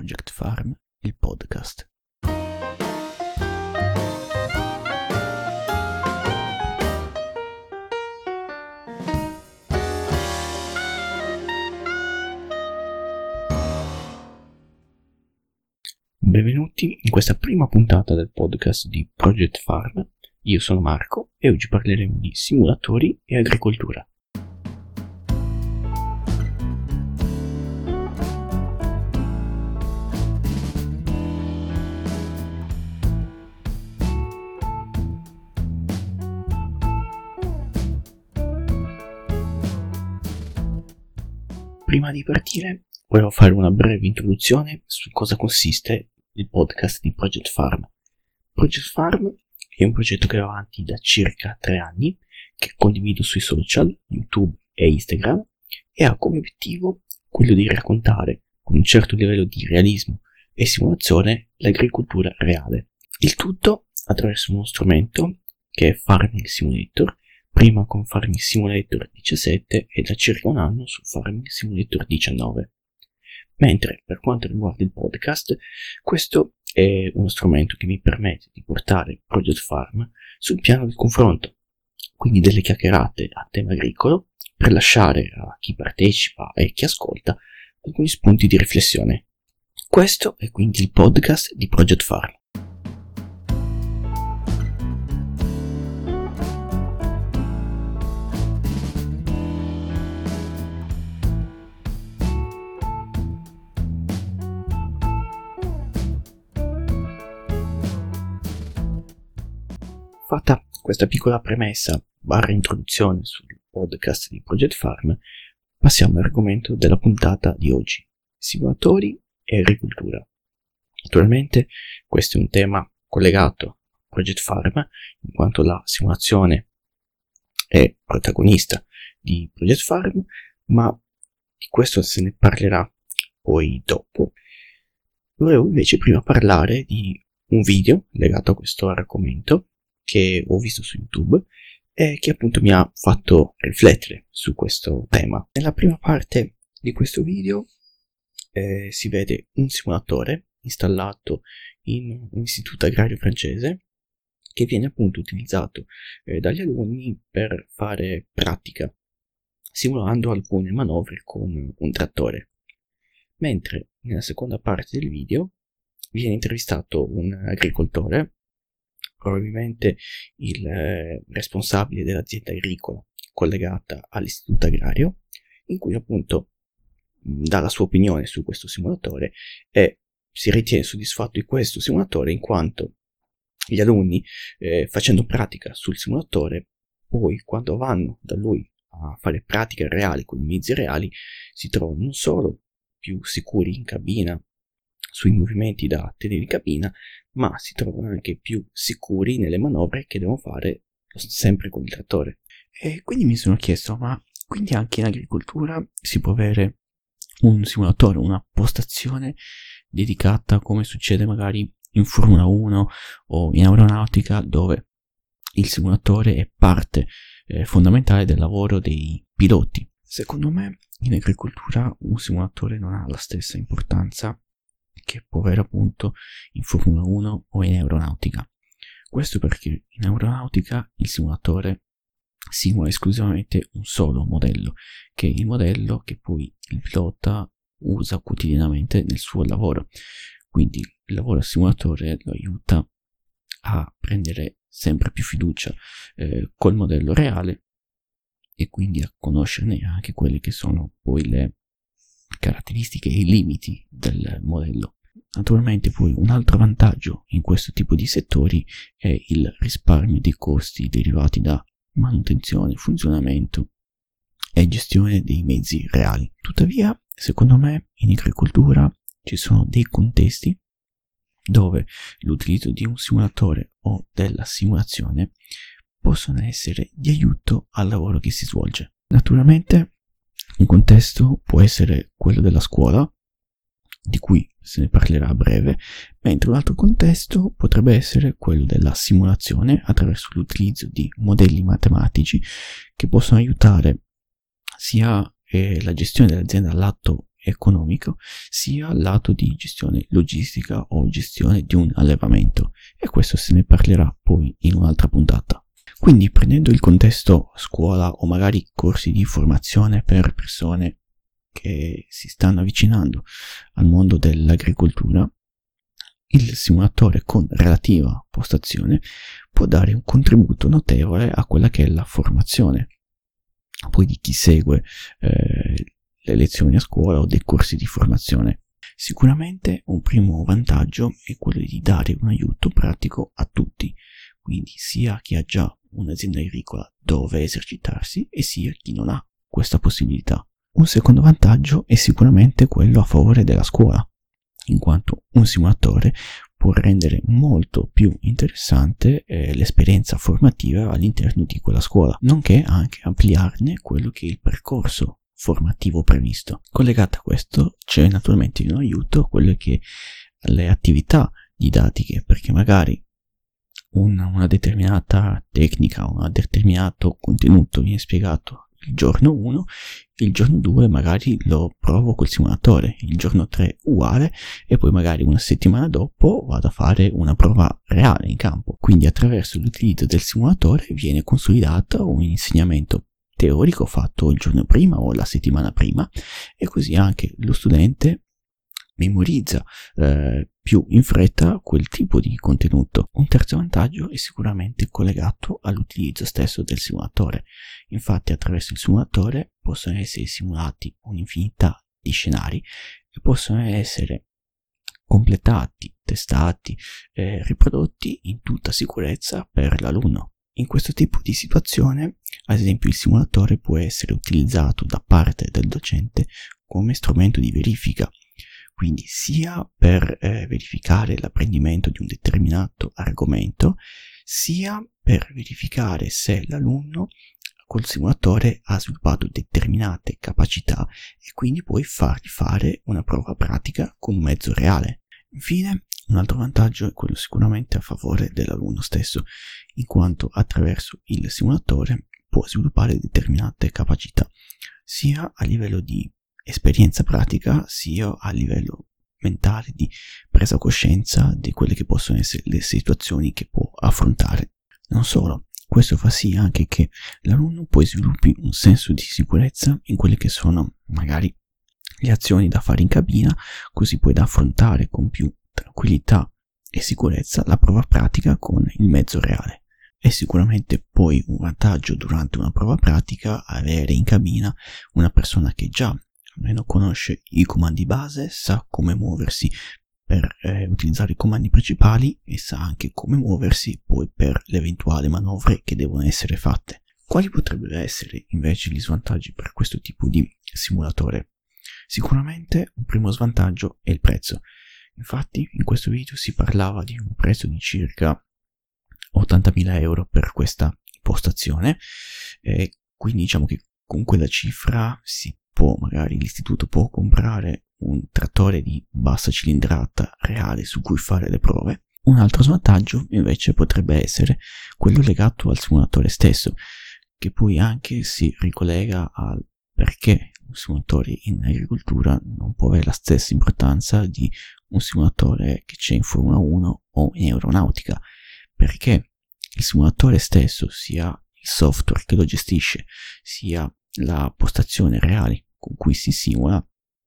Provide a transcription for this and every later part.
Project Farm, il podcast. Benvenuti in questa prima puntata del podcast di Project Farm. Io sono Marco e oggi parleremo di simulatori e agricoltura. Prima di partire volevo fare una breve introduzione su cosa consiste il podcast di Project Farm. Project Farm è un progetto che va avanti da circa 3 anni, che condivido sui social, YouTube e Instagram, e ha come obiettivo quello di raccontare con un certo livello di realismo e simulazione l'agricoltura reale. Il tutto attraverso uno strumento che è Farming Simulator, prima con Farming Simulator 17 e da circa un anno su Farming Simulator 19. Mentre per quanto riguarda il podcast, questo è uno strumento che mi permette di portare Project Farm sul piano del confronto, quindi delle chiacchierate a tema agricolo, per lasciare a chi partecipa e chi ascolta alcuni spunti di riflessione. Questo è quindi il podcast di Project Farm. Fatta questa piccola premessa / introduzione sul podcast di Project Farm, passiamo all'argomento della puntata di oggi: simulatori e agricoltura. Naturalmente questo è un tema collegato a Project Farm, in quanto la simulazione è protagonista di Project Farm, ma di questo se ne parlerà poi dopo. Volevo invece prima parlare di un video legato a questo argomento che ho visto su YouTube e che appunto mi ha fatto riflettere su questo tema. Nella prima parte di questo video si vede un simulatore installato in un istituto agrario francese che viene appunto utilizzato dagli alunni per fare pratica, simulando alcune manovre con un trattore. Mentre nella seconda parte del video viene intervistato un agricoltore, probabilmente il responsabile dell'azienda agricola collegata all'istituto agrario, in cui appunto dà la sua opinione su questo simulatore e si ritiene soddisfatto di questo simulatore in quanto gli alunni facendo pratica sul simulatore, poi quando vanno da lui a fare pratica reale con i mezzi reali, si trovano non solo più sicuri in cabina sui movimenti da tenere in cabina, ma si trovano anche più sicuri nelle manovre che devono fare sempre con il trattore. E quindi mi sono chiesto, ma quindi anche in agricoltura si può avere un simulatore, una postazione dedicata, come succede magari in Formula 1 o in aeronautica, dove il simulatore è parte fondamentale del lavoro dei piloti? Secondo me in agricoltura un simulatore non ha la stessa importanza che può avere appunto in Formula 1 o in aeronautica. Questo perché in aeronautica il simulatore simula esclusivamente un solo modello, che è il modello che poi il pilota usa quotidianamente nel suo lavoro. Quindi il lavoro al simulatore lo aiuta a prendere sempre più fiducia col modello reale e quindi a conoscerne anche quelle che sono poi le caratteristiche e i limiti del modello. Naturalmente poi un altro vantaggio in questo tipo di settori è il risparmio dei costi derivati da manutenzione, funzionamento e gestione dei mezzi reali. Tuttavia, secondo me, in agricoltura ci sono dei contesti dove l'utilizzo di un simulatore o della simulazione possono essere di aiuto al lavoro che si svolge. Naturalmente, un contesto può essere quello della scuola, di cui se ne parlerà a breve, mentre un altro contesto potrebbe essere quello della simulazione attraverso l'utilizzo di modelli matematici che possono aiutare sia la gestione dell'azienda all'atto economico, sia lato di gestione logistica o gestione di un allevamento, e questo se ne parlerà poi in un'altra puntata. Quindi, prendendo il contesto scuola o magari corsi di formazione per persone che si stanno avvicinando al mondo dell'agricoltura, il simulatore con relativa postazione può dare un contributo notevole a quella che è la formazione poi di chi segue le lezioni a scuola o dei corsi di formazione. Sicuramente un primo vantaggio è quello di dare un aiuto pratico a tutti, quindi sia chi ha già un'azienda agricola dove esercitarsi e sia chi non ha questa possibilità. Un secondo vantaggio è sicuramente quello a favore della scuola, in quanto un simulatore può rendere molto più interessante l'esperienza formativa all'interno di quella scuola, nonché anche ampliarne quello che è il percorso formativo previsto. Collegato a questo c'è naturalmente in aiuto quello che le attività didattiche, perché magari una determinata tecnica, un determinato contenuto viene spiegato il giorno 1, il giorno 2 magari lo provo col simulatore, il giorno 3 uguale, e poi magari una settimana dopo vado a fare una prova reale in campo. Quindi attraverso l'utilizzo del simulatore viene consolidato un insegnamento teorico fatto il giorno prima o la settimana prima, e così anche lo studente memorizza più in fretta quel tipo di contenuto. Un terzo vantaggio è sicuramente collegato all'utilizzo stesso del simulatore. Infatti attraverso il simulatore possono essere simulati un'infinità di scenari e possono essere completati, testati, riprodotti in tutta sicurezza per l'alunno. In questo tipo di situazione, ad esempio, il simulatore può essere utilizzato da parte del docente come strumento di verifica, quindi sia per verificare l'apprendimento di un determinato argomento, sia per verificare se l'alunno col simulatore ha sviluppato determinate capacità e quindi puoi fargli fare una prova pratica con un mezzo reale. Infine, un altro vantaggio è quello sicuramente a favore dell'alunno stesso, in quanto attraverso il simulatore può sviluppare determinate capacità, sia a livello di esperienza pratica, sia a livello mentale di presa coscienza di quelle che possono essere le situazioni che può affrontare. Non solo, questo fa sì anche che l'alunno poi sviluppi un senso di sicurezza in quelle che sono magari le azioni da fare in cabina, così poi da affrontare con più tranquillità e sicurezza la prova pratica con il mezzo reale. È sicuramente poi un vantaggio durante una prova pratica avere in cabina una persona che già almeno conosce i comandi base, sa come muoversi per utilizzare i comandi principali e sa anche come muoversi poi per le eventuali manovre che devono essere fatte. Quali potrebbero essere invece gli svantaggi per questo tipo di simulatore? Sicuramente un primo svantaggio è il prezzo. Infatti in questo video si parlava di un prezzo di circa 80.000 euro per questa postazione, e quindi diciamo che con quella cifra magari l'istituto può comprare un trattore di bassa cilindrata reale su cui fare le prove. Un altro svantaggio invece potrebbe essere quello legato al simulatore stesso, che poi anche si ricollega al perché un simulatore in agricoltura non può avere la stessa importanza di un simulatore che c'è in Formula 1 o in aeronautica, perché il simulatore stesso, sia il software che lo gestisce, sia la postazione reale con cui si simula,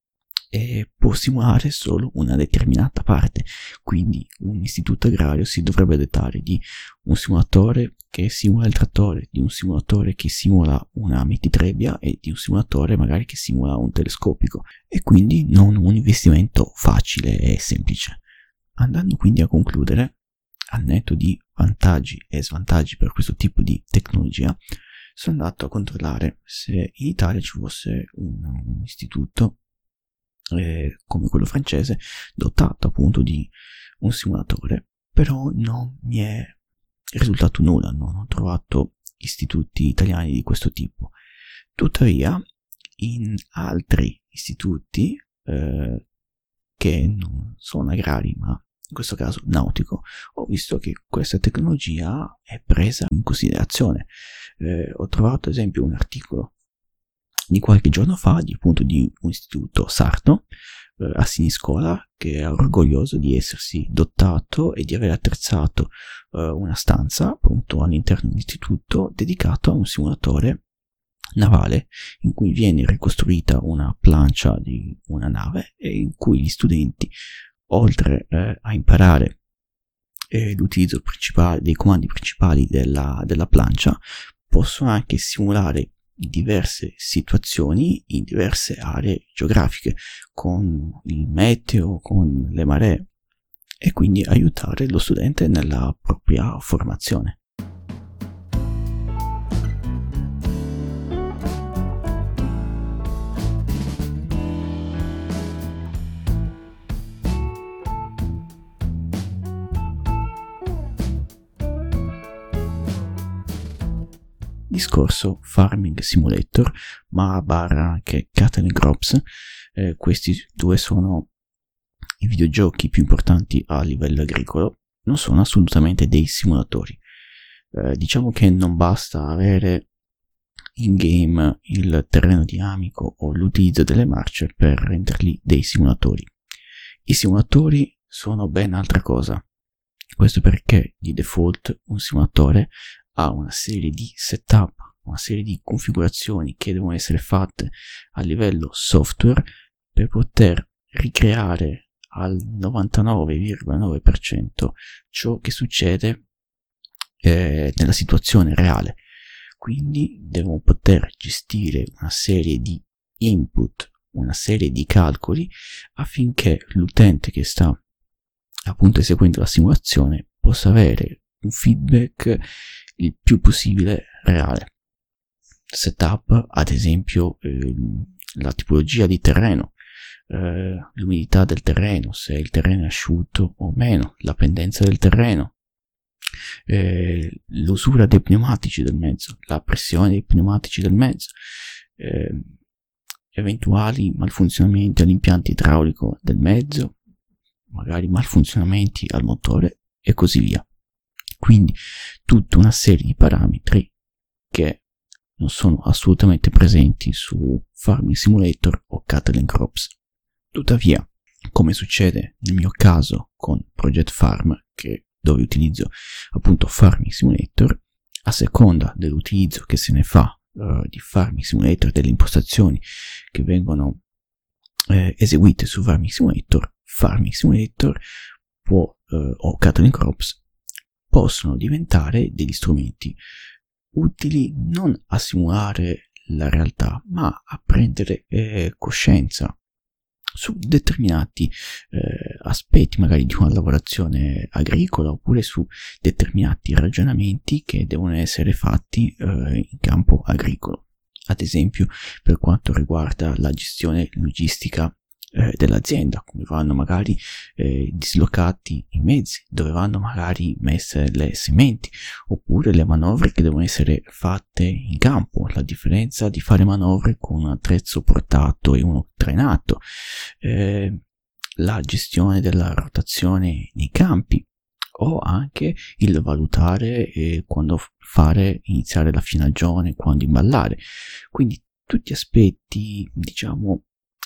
può simulare solo una determinata parte. Quindi un istituto agrario si dovrebbe dotare di un simulatore che simula il trattore, di un simulatore che simula una mititrebbia e di un simulatore magari che simula un telescopico, e quindi non un investimento facile e semplice. Andando quindi a concludere, al netto di vantaggi e svantaggi per questo tipo di tecnologia, sono andato a controllare se in Italia ci fosse un istituto come quello francese dotato appunto di un simulatore, però non mi è risultato nulla, non ho trovato istituti italiani di questo tipo. Tuttavia in altri istituti che non sono agrari ma in questo caso nautico, ho visto che questa tecnologia è presa in considerazione. Ho trovato ad esempio un articolo di qualche giorno fa, di un istituto sardo a Siniscola, che è orgoglioso di essersi dotato e di aver attrezzato una stanza appunto all'interno dell'istituto dedicato a un simulatore navale in cui viene ricostruita una plancia di una nave e in cui gli studenti, oltre a imparare l'utilizzo principale dei comandi principali della plancia, possono anche simulare diverse situazioni in diverse aree geografiche con il meteo, con le maree, e quindi aiutare lo studente nella propria formazione. Discorso Farming Simulator, ma barra anche Cattle and Crops. Questi due sono i videogiochi più importanti a livello agricolo. Non sono assolutamente dei simulatori. Diciamo che non basta avere in game il terreno dinamico o l'utilizzo delle marce per renderli dei simulatori. I simulatori sono ben altra cosa. Questo perché di default un simulatore ha una serie di setup, una serie di configurazioni che devono essere fatte a livello software per poter ricreare al 99,9% ciò che succede nella situazione reale. Quindi devono poter gestire una serie di input, una serie di calcoli affinché l'utente che sta appunto eseguendo la simulazione possa avere un feedback il più possibile reale. Setup, ad esempio, la tipologia di terreno, l'umidità del terreno, se il terreno è asciutto o meno, la pendenza del terreno, l'usura dei pneumatici del mezzo, la pressione dei pneumatici del mezzo, eventuali malfunzionamenti all'impianto idraulico del mezzo, magari malfunzionamenti al motore e così via. Quindi tutta una serie di parametri che non sono assolutamente presenti su Farming Simulator o Cattle and Crops. Tuttavia, come succede nel mio caso con Project Farm, dove utilizzo appunto Farming Simulator, a seconda dell'utilizzo che se ne fa di Farming Simulator, delle impostazioni che vengono eseguite su Farming Simulator o Cattle and Crops possono diventare degli strumenti utili non a simulare la realtà, ma a prendere coscienza su determinati aspetti magari di una lavorazione agricola, oppure su determinati ragionamenti che devono essere fatti in campo agricolo. Ad esempio, per quanto riguarda la gestione logistica dell'azienda, come vanno magari dislocati i mezzi, dove vanno magari messe le sementi, oppure le manovre che devono essere fatte in campo, la differenza di fare manovre con un attrezzo portato e uno trainato, la gestione della rotazione nei campi, o anche il valutare quando iniziare la finagione, quando imballare. Quindi tutti aspetti, diciamo,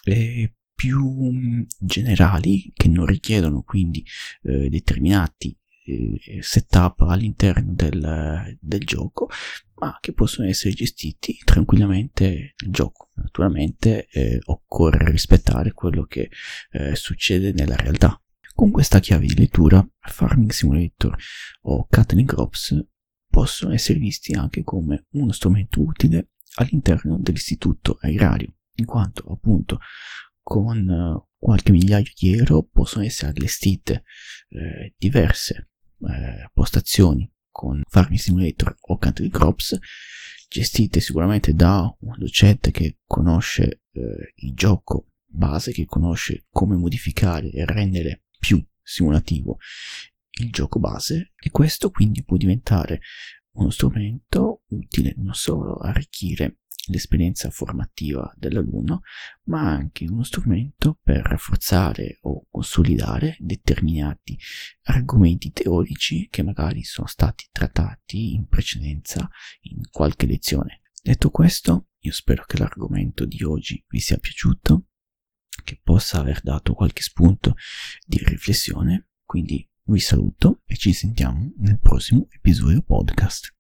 più generali, che non richiedono quindi determinati setup all'interno del gioco, ma che possono essere gestiti tranquillamente nel gioco. Naturalmente occorre rispettare quello che succede nella realtà. Con questa chiave di lettura, Farming Simulator o Cattle and Crops possono essere visti anche come uno strumento utile all'interno dell'istituto agrario, in quanto appunto con qualche migliaio di euro possono essere allestite diverse postazioni con Farming Simulator o Cattle and Crops, gestite sicuramente da un docente che conosce il gioco base, che conosce come modificare e rendere più simulativo il gioco base, e questo quindi può diventare uno strumento utile non solo a arricchire l'esperienza formativa dell'alunno, ma anche uno strumento per rafforzare o consolidare determinati argomenti teorici che magari sono stati trattati in precedenza in qualche lezione. Detto questo, io spero che l'argomento di oggi vi sia piaciuto, che possa aver dato qualche spunto di riflessione, quindi vi saluto e ci sentiamo nel prossimo episodio podcast.